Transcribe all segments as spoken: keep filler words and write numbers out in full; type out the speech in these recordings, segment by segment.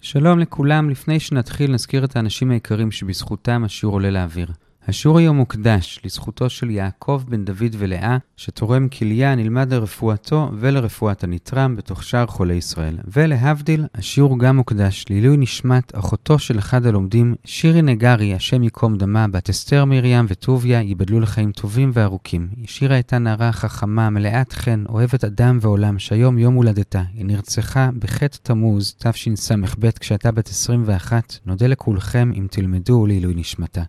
שלום לכולם, לפני שנתחיל נזכיר את האנשים היקרים שבזכותם השיעור עולה לאוויר. השיעור היום מוקדש לזכותו של יעקב בן דוד ולאה, שתורם כליה נלמד לרפואתו ולרפואת הנתרם בתוך שאר חולי ישראל. ולהבדיל, השיעור גם מוקדש לעילוי נשמת אחותו של אחד הלומדים, שירי נגרי, השם יקום דמה, בת אסתר מרים וטוביה, ייבדלו לחיים טובים וארוכים. שירה הייתה נערה חכמה, מלאת חן, אוהבת אדם ועולם, שהיום יום הולדתה. היא נרצחה בח' תמוז תשס"ב כשהייתה בת עשרים ואחת. נודה לכולכם אם תלמדו לעילוי נשמתה.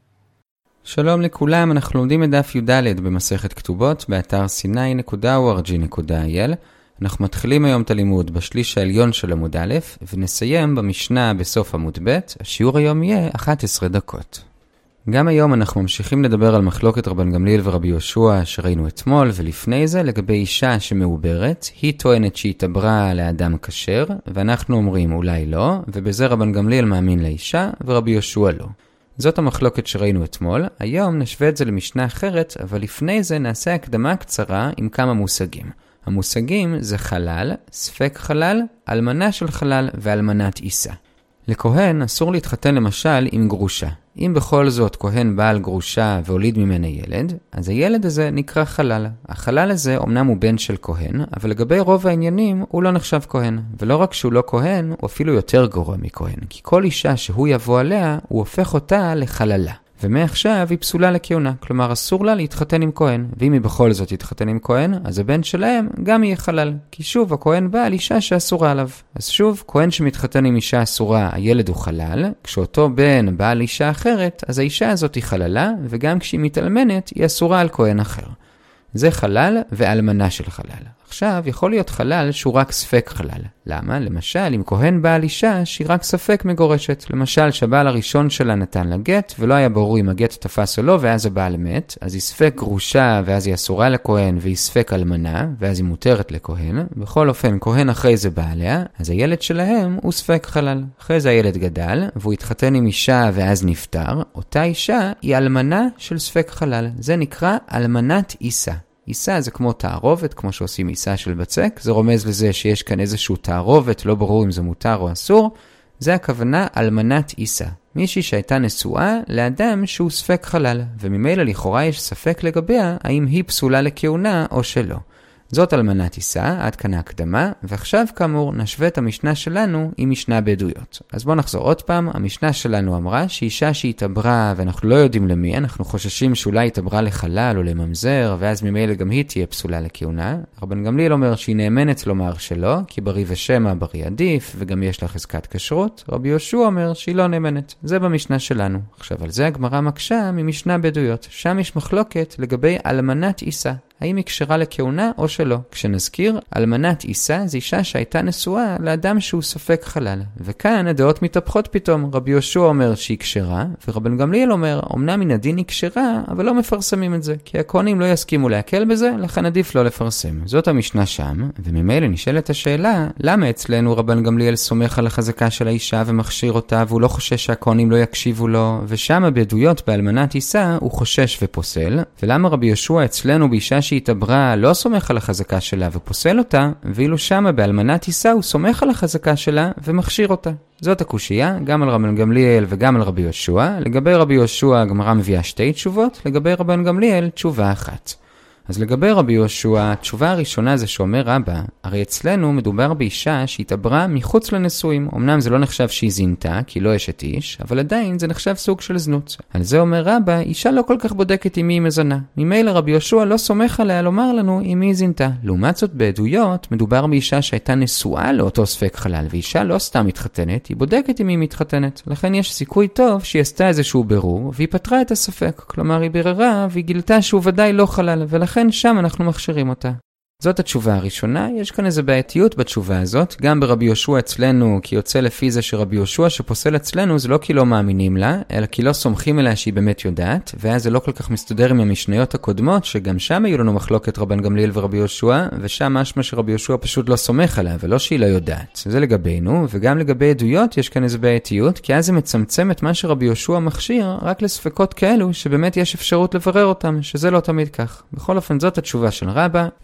שלום לכולם, אנחנו לומדים את דף י"ד במסכת כתובות באתר סיני נקודה או אר ג'י נקודה איי אל. אנחנו מתחילים היום את הלימוד בשליש העליון של עמוד א' ונסיים במשנה בסוף עמוד ב'. השיעור היום יהיה אחת עשרה דקות. גם היום אנחנו ממשיכים לדבר על מחלוקת רבן גמליאל ורבי יהושע שראינו אתמול, ולפני זה לגבי אישה שמעוברת. היא טוענת שהיא התעברה לאדם כשר, ואנחנו אומרים אולי לא, ובזה רבן גמליאל מאמין לאישה ורבי יהושע לא. זאת המחלוקת שראינו אתמול. היום נשווה את זה למשנה אחרת, אבל לפני זה נעשה הקדמה קצרה עם כמה מושגים. המושגים זה חלל, ספק חלל, אלמנה של חלל ואלמנת אישה. לכהן אסור להתחתן למשל עם גרושה. אם בכל זאת כהן בעל גרושה והוליד ממנה ילד, אז הילד הזה נקרא חלל. החלל הזה אומנם הוא בן של כהן, אבל לגבי רוב העניינים הוא לא נחשב כהן. ולא רק שהוא לא כהן, הוא אפילו יותר גרוע מכהן. כי כל אישה שהוא יבוא עליה, הוא הופך אותה לחללה. ומעכשיו היא פסולה לכהונה, כלומר אסור לה להתחתן עם כהן. ואם היא בכל זאת תתחתן עם כהן, אז הבן שלהם גם יהיה חלל. כי שוב, הכהן בא על אישה שאסורה עליו. אז שוב, כהן שמתחתן עם אישה אסורה, הילד הוא חלל. כשאותו בן בא על אישה אחרת, אז האישה הזאת היא חללה, וגם כשהיא מתאלמנת, היא אסורה על כהן אחר. זה חלל ואלמנה של חלל. עכשיו, יכול להיות חלל שהוא רק ספק חלל. למה? למשל, אם כהן בעל אישה שהיא רק ספק מגורשת. למשל, שהבעל הראשון שלה נתן לה גט, ולא היה ברור אם הגט תפס או לא, ואז הבעל מת, אז היא ספק גרושה, ואז היא אסורה לכהן, והיא ספק אלמנה, ואז היא מותרת לכהן. בכל אופן, כהן אחרי זה בעליה, אז הילד שלהם הוא ספק חלל. אחרי זה הילד גדל, והוא התחתן עם אישה ואז נפטר. אותה אישה היא אלמנה של ספק חלל. זה נקרא אלמנת אישה. אישה זה כמו תערובת, כמו שעושים אישה של בצק. זה רומז לזה שיש כאן איזשהו תערובת, לא ברור אם זה מותר או אסור. זה הכוונה אלמנת אישה. מישהי שהייתה נשואה לאדם שהוא ספק חלל, וממילא לכאורה יש ספק לגביה האם היא פסולה לכהונה או שלא. זאת אלמנת אישה, עד כאן ההקדמה, ועכשיו כאמור נשווה את המשנה שלנו עם משנה בעדויות. אז בואו נחזור עוד פעם. המשנה שלנו אמרה שאישה שהתעברה, ואנחנו לא יודעים למי, אנחנו חוששים שאולי התעברה לחלל או לממזר, ואז ממילא גם היא תהיה פסולה לכהונה. רבן גמליאל אומר שהיא נאמנת לומר שלא, כי ברי ושמע ברי עדיף, וגם יש לה חזקת כשרות. רבי יהושע אומר שהיא לא נאמנת. זה במשנה שלנו. עכשיו על זה הגמרא מקשה ממשנה בעדויות. שם יש מחלוקת לגבי אלמנת אישה. האם היא כשרה לכהונה או שלא? כשנזכיר, אלמנת אישה זה אישה שהייתה נשואה לאדם שהוא ספק חלל. וכאן הדעות מתהפכות פתאום. רבי יהושע אומר שהיא כשרה, ורבן גמליאל אומר, אמנם מן הדין היא כשרה, אבל לא מפרסמים את זה. כי הכהנים לא יסכימו להקל בזה, לכן עדיף לא לפרסם. זאת המשנה שם, וממילא נשאלת השאלה, למה אצלנו רבן גמליאל סומך על החזקה של האישה ומכשיר אותה, והוא לא חושש שהכהנים לא יקשיבו לו, ושם בעדויות באלמנת אישה הוא חושש ופוסל, ולמה רבי יהושע אצלנו באישה שהתעברה לא סומך על החזקה שלה ופוסל אותה, ואילו שמה באלמנת אישה הוא סומך על החזקה שלה ומכשיר אותה. זאת הקושייה, גם על רבן גמליאל וגם על רבי יהושע. לגבי רבי יהושע הגמרא מביאה שתי תשובות, לגבי רבן גמליאל תשובה אחת. אז לגבי רבי יהושע, התשובה הראשונה זה שאומר רבא, הרי אצלנו מדובר באישה שהתעברה מחוץ לנשואים. אמנם זה לא נחשב שהיא זינתה, כי לא אשת איש, אבל עדיין זה נחשב סוג של זנות. על זה אומר רבא, אישה לא כל כך בודקת עם מי היא מזנה. ממילא רבי יהושע לא סומך עליה לומר לנו עם מי היא זינתה. לעומת זאת בעדויות, מדובר באישה שהייתה נשואה לאותו ספק חלל, ואישה לא סתם מתחתנת, היא בודקת עם מי היא מתחתנת. לכן יש סיכוי טוב שהיא עשתה איזשהו בירור, והיא פתרה את הספק. כלומר, היא ביררה והיא גילתה שהוא ודאי לא חלל, ולכן שם אנחנו מכשירים אותה. זאת התשובה הראשונה. יש כאן איזו בעייתיות בתשובה הזאת, גם ברבי יהושע אצלנו, כי יוצא לפי זה שרבי יהושע שפוסל אצלנו זה לא כי לא מאמינים לה, אלא כי לא סומכים אליה שהיא באמת יודעת, ואז זה לא כל כך מסתדר עם המשניות הקודמות, שגם שם היו לנו מחלוקת רבן גמליאל ורבי יהושע, ושם משמע שרבי יהושע פשוט לא סומך עליה, ולא שהיא לא יודעת. זה לגבינו, וגם לגבי עדויות יש כאן איזו בעייתיות, כי אז זה מצמצם את מה שרבי יהושע מכשיר רק לספקות כאלו, שבאמת יש אפשרות לברר אותם, שזה לא תמיד כך. בכל אופן זאת התשובה של רבא. אצלנו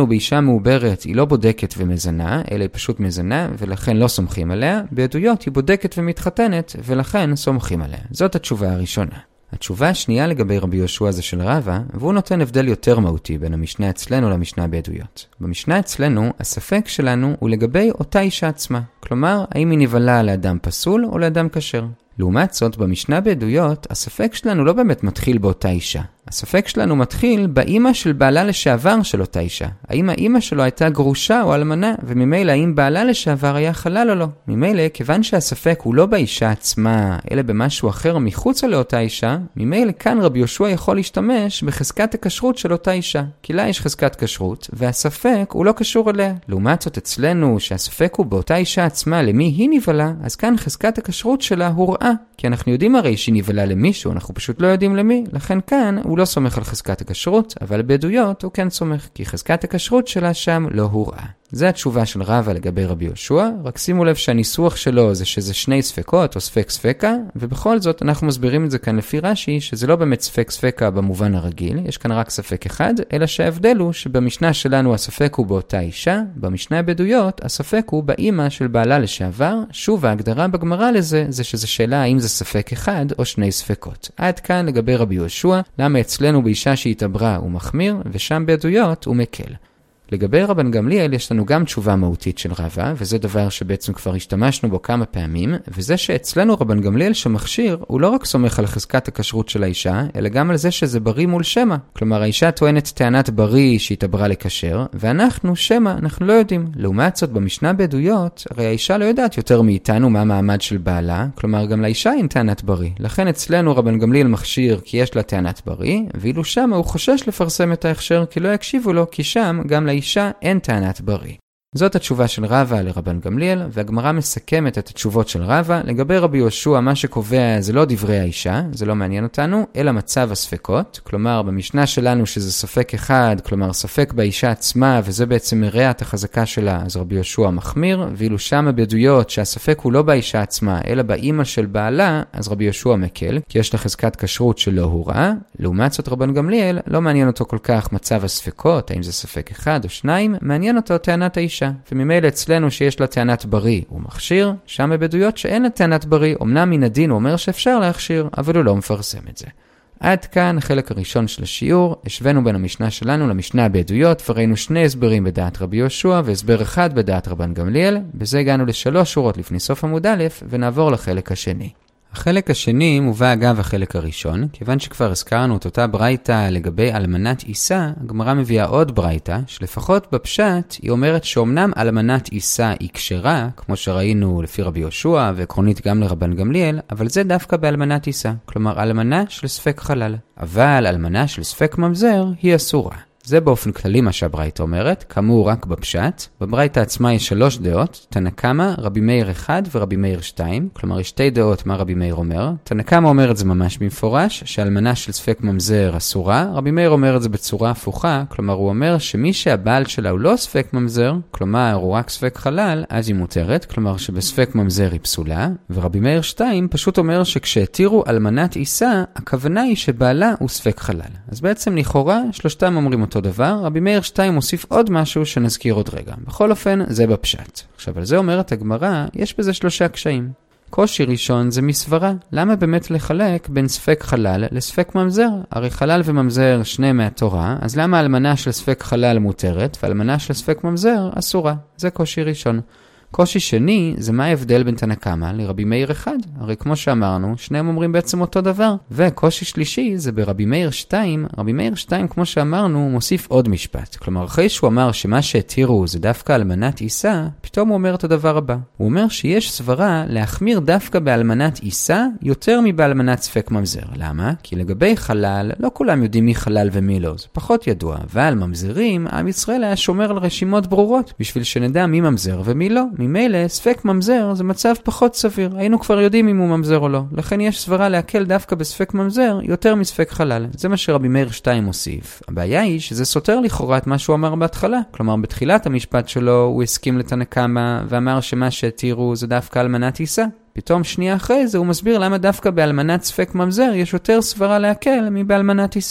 אצלנו באישה מעוברת היא לא בודקת ומזנה, אלא היא פשוט מזנה, ולכן לא סומכים עליה. בעדויות היא בודקת ומתחתנת, ולכן סומכים עליה. זאת התשובה הראשונה. התשובה השנייה לגבי רבי יהושע זה של רבא, והוא נותן הבדל יותר מהותי בין המשנה אצלנו למשנה בעדויות. במשנה אצלנו, הספק שלנו הוא לגבי אותה אישה עצמה. כלומר, האם היא נבלה לאדם פסול או לאדם כשר. לעומת זאת, במשנה בעדויות, הספק שלנו לא באמת מתחיל באותה אישה. הספק שלנו מתחיל באמא של בעלה לשעבר של אותה אישה. האם האמא שלו הייתה גרושה או אלמנה, וממילא האם בעלה לשעבר היה חלל או לא. ממילא, כיוון שהספק הוא לא באישה עצמה, אלא במשהו אחר מחוץ לאותה אישה, ממילא כאן רבי יהושע יכול להשתמש בחזקת הכשרות של אותה אישה. כי לה יש חזקת כשרות, והספק הוא לא קשור אליה. לעומת זאת אצלנו, שהספק הוא באותה אישה עצמה למי היא נבלה, אז כאן חזקת הכשרות שלה הוראה. כי אנחנו יודעים הרי שהיא נבלה למישהו, אנחנו פשוט לא יודעים למי. לכן כאן הוא לא סומך על חזקת הכשרות, אבל בעדויות הוא כן סומך, כי חזקת הכשרות שלה שם לא הוראה. זה התשובה של רבא לגבי רבי יהושע, רק שימו לב שהניסוח שלו זה שזה שני ספקות או ספק ספקה, ובכל זאת אנחנו מסבירים את זה כאן לפי רש"י, שזה לא באמת ספק ספקה במובן הרגיל, יש כאן רק ספק אחד, אלא שההבדל הוא שבמשנה שלנו הספק הוא באותה אישה, במשנה בעדויות הספק הוא באמא של בעלה לשעבר. שוב, ההגדרה בגמרא לזה זה שזה שאלה האם זה ספק אחד או שני ספקות. עד כאן לגבי רבי יהושע, למה אצלנו באישה שהתעברה הוא מחמיר, ושם בעדויות הוא מקל. לגבי רבן גמליאל יש לנו גם תשובה מהותית של רבא, וזה דבר שבעצם כבר השתמשנו בו כמה פעמים, וזה שאצלנו רבן גמליאל שמכשיר, הוא לא רק סומך על חזקת הכשרות של האישה, אלא גם על זה שזה בריא מול שמה. כלומר, האישה טוענת טענת בריא שהתעברה לכשר, ואנחנו, שמה, אנחנו לא יודעים. לעומת זאת, במשנה בעדויות, הרי האישה לא יודעת יותר מאיתנו מה המעמד של בעלה, כלומר, גם לאישה אין טענת בריא. לכן אצלנו רבן גמליאל מכשיר כי יש לה טענת בריא, ואילו שמה הוא חושש לפרסם את ההכשר כי לא יקשיבו לו, כי שם גם לאישה אין טענת בריא. זאת התשובה של רבא לרבן גמליאל, והגמרא מסכמת את התשובות של רבא. לגבי רבי יהושע, מה שקובע זה לא דברי האישה, זה לא מעניין אותנו, אלא מצב הספקות. כלומר, במשנה שלנו שזה ספק אחד, כלומר ספק באישה עצמה, וזה בעצם מראה את החזקה שלה, אז רבי יהושע מחמיר, ואילו שם בעדויות שהספק הוא לא באישה עצמה, אלא באמא של בעלה, אז רבי יהושע מקל, כי יש לה חזקת כשרות שלא הוראה. לעומת זאת רבן גמליאל, לא מעניין אותו כל כך מצב הספקות, האם זה ספק אחד או שניים, מעניין אותו טענת האישה. וממילא אצלנו שיש לה טענת בריא הוא מכשיר, שם בעדויות שאין לה טענת בריא, אמנם מן הדין הוא אומר שאפשר להכשיר, אבל הוא לא מפרסם את זה. עד כאן החלק הראשון של השיעור, השווינו בין המשנה שלנו למשנה בעדויות, וראינו שני הסברים בדעת רבי יהושע והסבר אחד בדעת רבן גמליאל. בזה הגענו לשלוש שורות לפני סוף עמוד א', ונעבור לחלק השני. החלק השני מובא אגב החלק הראשון, כיוון שכבר הזכרנו את אותה ברייתא לגבי אלמנת אישה, הגמרא מביאה עוד ברייתא, שלפחות בפשט היא אומרת שאומנם אלמנת אישה היא כשרה, כמו שראינו לפי רבי יהושע ועקרונית גם לרבן גמליאל, אבל זה דווקא באלמנת אישה, כלומר אלמנה של ספק חלל. אבל אלמנה של ספק ממזר היא אסורה. זה באופן כללי מה שהברייתא אומרת, כאמור רק בפשט. בברייתא עצמה יש שלוש דעות, תנא קמא, רבי מאיר אחד ורבי מאיר שתיים, כלומר יש שתי דעות מה רבי מאיר אומר. תנא קמא אומר את זה ממש במפורש, שאלמנה של ספק ממזר אסורה. רבי מאיר אומר את זה בצורה הפוכה, כלומר הוא אומר שמי שהבעל שלה הוא לא ספק ממזר, כלומר הוא רק ספק חלל, אז היא מותרת, כלומר שבספק ממזר היא פסולה. ורבי מאיר שתיים פשוט אומר שכשהתירו אלמנת אישה, הכוונה היא שבעלה הוא ספק חלל. אז בעצם לכאורה שלושתם אומרים אותו דבר. רבי מאיר שתיים מוסיף עוד משהו שנזכיר עוד רגע. בכל אופן, זה בפשט. עכשיו, על זה אומרת הגמרא, יש בזה שלושה קשיים. קושי ראשון זה מסברה. למה באמת לחלק בין ספק חלל לספק ממזר? הרי חלל וממזר שני מהתורה, אז למה אלמנה של ספק חלל מותרת ואלמנה של ספק ממזר אסורה? זה קושי ראשון. קושי שני זה מה ההבדל בין תנא קמא לרבי מאיר אחד. הרי כמו שאמרנו, שניהם אומרים בעצם אותו דבר. וקושי שלישי זה ברבי מאיר שתיים. רבי מאיר שתיים, כמו שאמרנו, מוסיף עוד משפט. כלומר, אחרי שהוא אמר שמה שהתירו זה דווקא אלמנת אישה, פתאום הוא אומר את הדבר הבא. הוא אומר שיש סברה להחמיר דווקא באלמנת אישה יותר מבאלמנת ספק ממזר. למה? כי לגבי חלל, לא כולם יודעים מי חלל ומי לא. זה פחות ידוע. ועל ממזרים, עם ישראל היה שומר על רשימות ברורות, בשביל שנדע מי ממזר ומי לא. ממילא, ספק ממזר זה מצב פחות סביר. היינו כבר יודעים אם הוא ממזר או לא. לכן יש סברה להקל דווקא בספק ממזר יותר מספק חלל. זה מה שרבי מאיר שתיים מוסיף. הבעיה היא שזה סותר לכאורה את מה שהוא אמר בהתחלה. כלומר, בתחילת המשפט שלו הוא הסכים לתנא קמא ואמר שמה שהתירו זה דווקא אלמנת אישה. פתאום שנייה אחרי זה הוא מסביר למה דווקא באלמנת ספק ממזר יש יותר סברה להקל מבאלמנת אישה.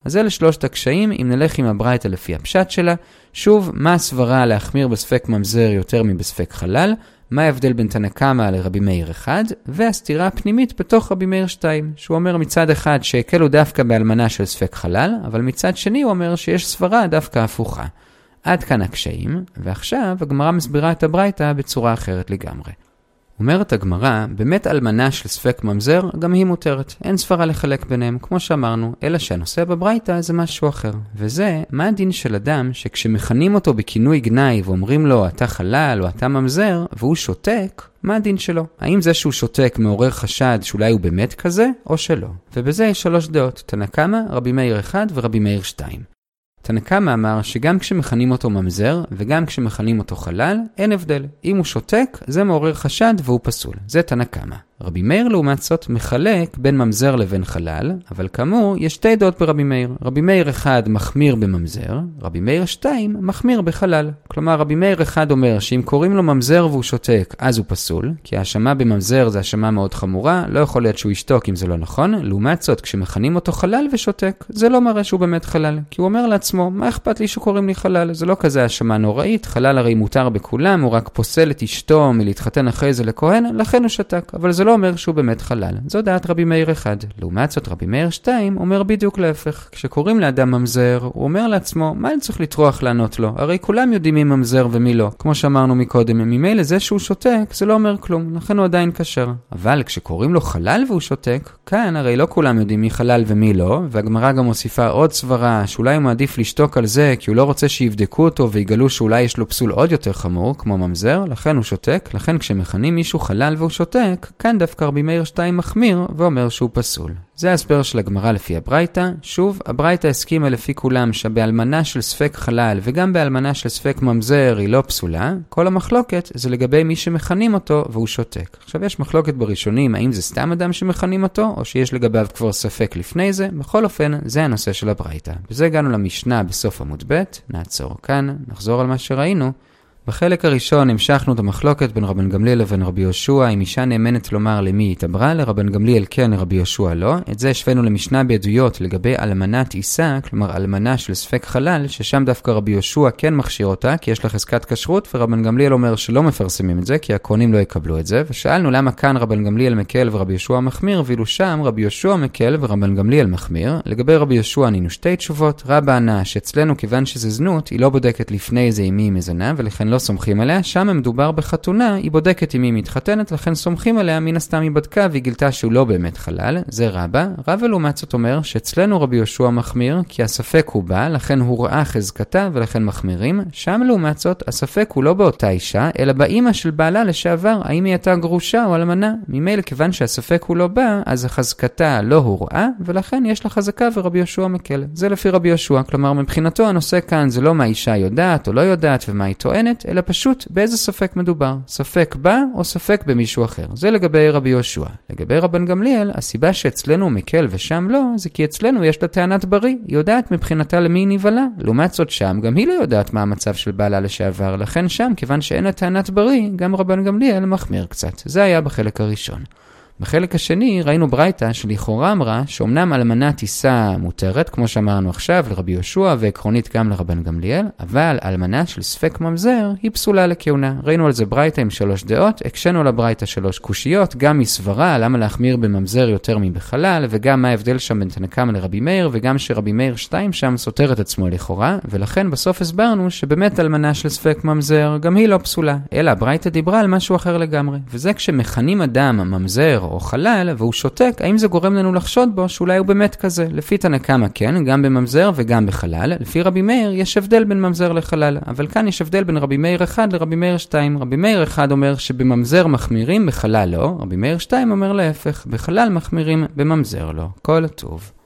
אז אלה שלושת הקשיים, אם נלך עם הברייתא לפי הפשט שלה. שוב, מה הסברה להחמיר בספק ממזר יותר מבספק חלל? מה ההבדל בין תנא קמא לרבי מאיר אחד? והסתירה הפנימית בתוך רבי מאיר שתיים, שהוא אומר מצד אחד שהקלו דווקא באלמנה של ספק חלל, אבל מצד שני הוא אומר שיש סברה דווקא הפוכה. עד כאן הקשיים, ועכשיו הגמרא מסבירה את הברייתא בצורה אחרת לגמרי. אומרת הגמרא, באמת אלמנה של ספק ממזר גם היא מותרת. אין סברה לחלק ביניהם, כמו שאמרנו, אלא שהנושא בברייתא זה משהו אחר. וזה, מה הדין של אדם שכשמכנים אותו בכינוי גנאי ואומרים לו אתה חלל או אתה ממזר, והוא שותק, מה הדין שלו? האם זה שהוא שותק מעורר חשד שאולי הוא באמת כזה, או שלא? ובזה יש שלוש דעות, תנא קמא, רבי מאיר אחד ורבי מאיר שתיים. תנא קמא אמר שגם כשמכנים אותו ממזר וגם כשמכנים אותו חלל, אין הבדל. אם הוא שותק, זה מעורר חשד והוא פסול. זה תנא קמא. רבי מאיר לעומת זאת מחלק בין ממזר לבין חלל, אבל כאמור יש שתי דעות ברבי מאיר. רבי מאיר אחד מחמיר בממזר, רבי מאיר שתיים מחמיר בחלל. כלומר רבי מאיר אחד אומר שאם קוראים לו ממזר והוא שותק, אז הוא פסול, כי האשמה בממזר זה האשמה מאוד חמורה, לא יכול להיות שהוא ישתוק אם זה לא נכון. לעומת זאת כשמכנים אותו חלל ושותק, זה לא מראה שהוא באמת חלל, כי הוא אומר לעצמו, מה אכפת לי שקוראים לי חלל? זה לא כזה האשמה נוראית, חלל הרי מותר בכולם, הוא רק פוסל את אשתו מלהתחתן אחרי זה לכהן, לכן הוא שתק, אבל זה לא אומר שהוא באמת חלל. זו דעת רבי מאיר אחד. לעומת זאת רבי מאיר שתיים אומר בדיוק להפך. כשקוראים לאדם ממזר, הוא אומר לעצמו, מה אני צריך לטרוח לענות לו? הרי כולם יודעים מי ממזר ומי לא. כמו שאמרנו מקודם, ממילא זה שהוא שותק, זה לא אומר כלום, לכן הוא עדיין כשר. אבל כשקוראים לו חלל והוא שותק, כאן הרי לא כולם יודעים מי חלל ומי לא, והגמרא גם מוסיפה עוד סברה, שאולי הוא מעדיף לשתוק על זה, כי הוא לא רוצה שיבדקו אותו ויגלו שאולי יש לו פסול עוד יותר חמור, כמו ממזר, לכן הוא שותק. לכן כשמכנים מישהו חלל והוא שותק, כאן דווקא רבי מאיר שתיים מחמיר ואומר שהוא פסול. זה ההסבר של הגמרא לפי הברייתא. שוב, הברייתא הסכימה לפי כולם שבאלמנה של ספק חלל וגם באלמנה של ספק ממזר היא לא פסולה. כל המחלוקת זה לגבי מי שמכנים אותו והוא שותק. עכשיו יש מחלוקת בראשונים האם זה סתם אדם שמכנים אותו או שיש לגביו כבר ספק לפני זה. בכל אופן, זה הנושא של הברייתא. וזה הגענו למשנה בסוף עמוד ב'. נעצור כאן, נחזור על מה שראינו. בחלק הראשון המשכנו את המחלוקת בין רבן גמליאל לבין רבי יהושע, אם אישה נאמנת לומר למי היא התעברה, לרבן גמליאל כן, לרבי יהושע לא. את זה השווינו למשנה בעדויות לגבי אלמנת עיסה, כלומר אלמנה של ספק חלל, ששם דווקא רבי יהושע כן מכשיר אותה, כי יש לה חזקת כשרות, ורבן גמליאל אומר שלא מפרסמים את זה, כי הכהנים לא יקבלו את זה, ושאלנו למה כאן רבן גמליאל מקל ורבי יהושע מחמיר, ואילו שם רבי יהושע מקל ורבן גמליאל מחמיר. לגבי רבי יהושע ענינו שתי תשובות. רבא ענה שאצלנו כיוון שזה זנות, היא לא בודקת לפני זה עם מי היא מזנה, ולכן לא סומכים עליה. שם מדובר בחתונה, היא בודקת עם מי מתחתנת, לכן סומכים עליה, מן הסתם היא בדקה והיא גילתה שהוא לא באמת חלל. זה רבא. רבא לעומת זאת אומר שאצלנו רבי יהושע מחמיר, כי הספק הוא בא, לכן הוא ראה חזקתה ולכן מחמירים. שם לעומת זאת הספק הוא לא באותה אישה, אלא באמא של בעלה לשעבר, האם היא הייתה גרושה או אלמנה. ממילא כיוון שהספק הוא לא בא, אז החזקתה לא הוראה, ולכן יש לה חזקה ורבי יהושע מקל. זה לפי רבי יהושע. כלומר מבחינתו הנושא כאן זה לא מה האישה יודעת או לא יודעת ומה היא טוענת, אלא פשוט באיזה ספק מדובר. ספק בה או ספק במישהו אחר. זה לגבי רבי יהושע. לגבי רבן גמליאל, הסיבה שאצלנו הוא מקל ושם לא, זה כי אצלנו יש לה טענת בריא. היא יודעת מבחינתה למי היא נבלה. לעומת זאת שם, גם היא לא יודעת מה המצב של בעלה לשעבר. לכן שם, כיוון שאין לה טענת בריא, גם רבן גמליאל מחמיר קצת. זה היה בחלק הראשון. בחלק השני ראינו ברייתא שלכאורה אמרה שאומנם אלמנת עיסה מותרת, כמו שאמרנו עכשיו לרבי יהושע ועקרונית גם לרבן גמליאל, אבל אלמנה של ספק ממזר היא פסולה לכהונה. ראינו על זה ברייתא עם שלוש דעות, הקשנו לברייתא שלוש קושיות, גם מסברה למה להחמיר בממזר יותר מבחלל, וגם מה ההבדל שם בין תנא קמא לרבי מאיר, וגם שרבי מאיר שתיים שם סותר את עצמו לכאורה, ולכן בסוף הסברנו שבאמת אלמנה של ספק ממזר גם היא לא פסולה, אלא הברייתא דיברה על משהו אחר לגמרי. וזה כשמכנים אדם ממזר או חלל והוא שותק, האם זה גורם לנו לחשוד בו שאולי הוא באמת כזה? לפי תנא קמא כן, גם בממזר וגם בחלל. לפי רבי מאיר יש הבדל בין ממזר לחלל, אבל כאן יש הבדל בין רבי מאיר אחד לרבי מאיר שתיים. רבי מאיר אחד אומר שבממזר מחמירים, בחלל לא. רבי מאיר שתיים אומר להפך, בחלל מחמירים, בממזר לא. כל טוב.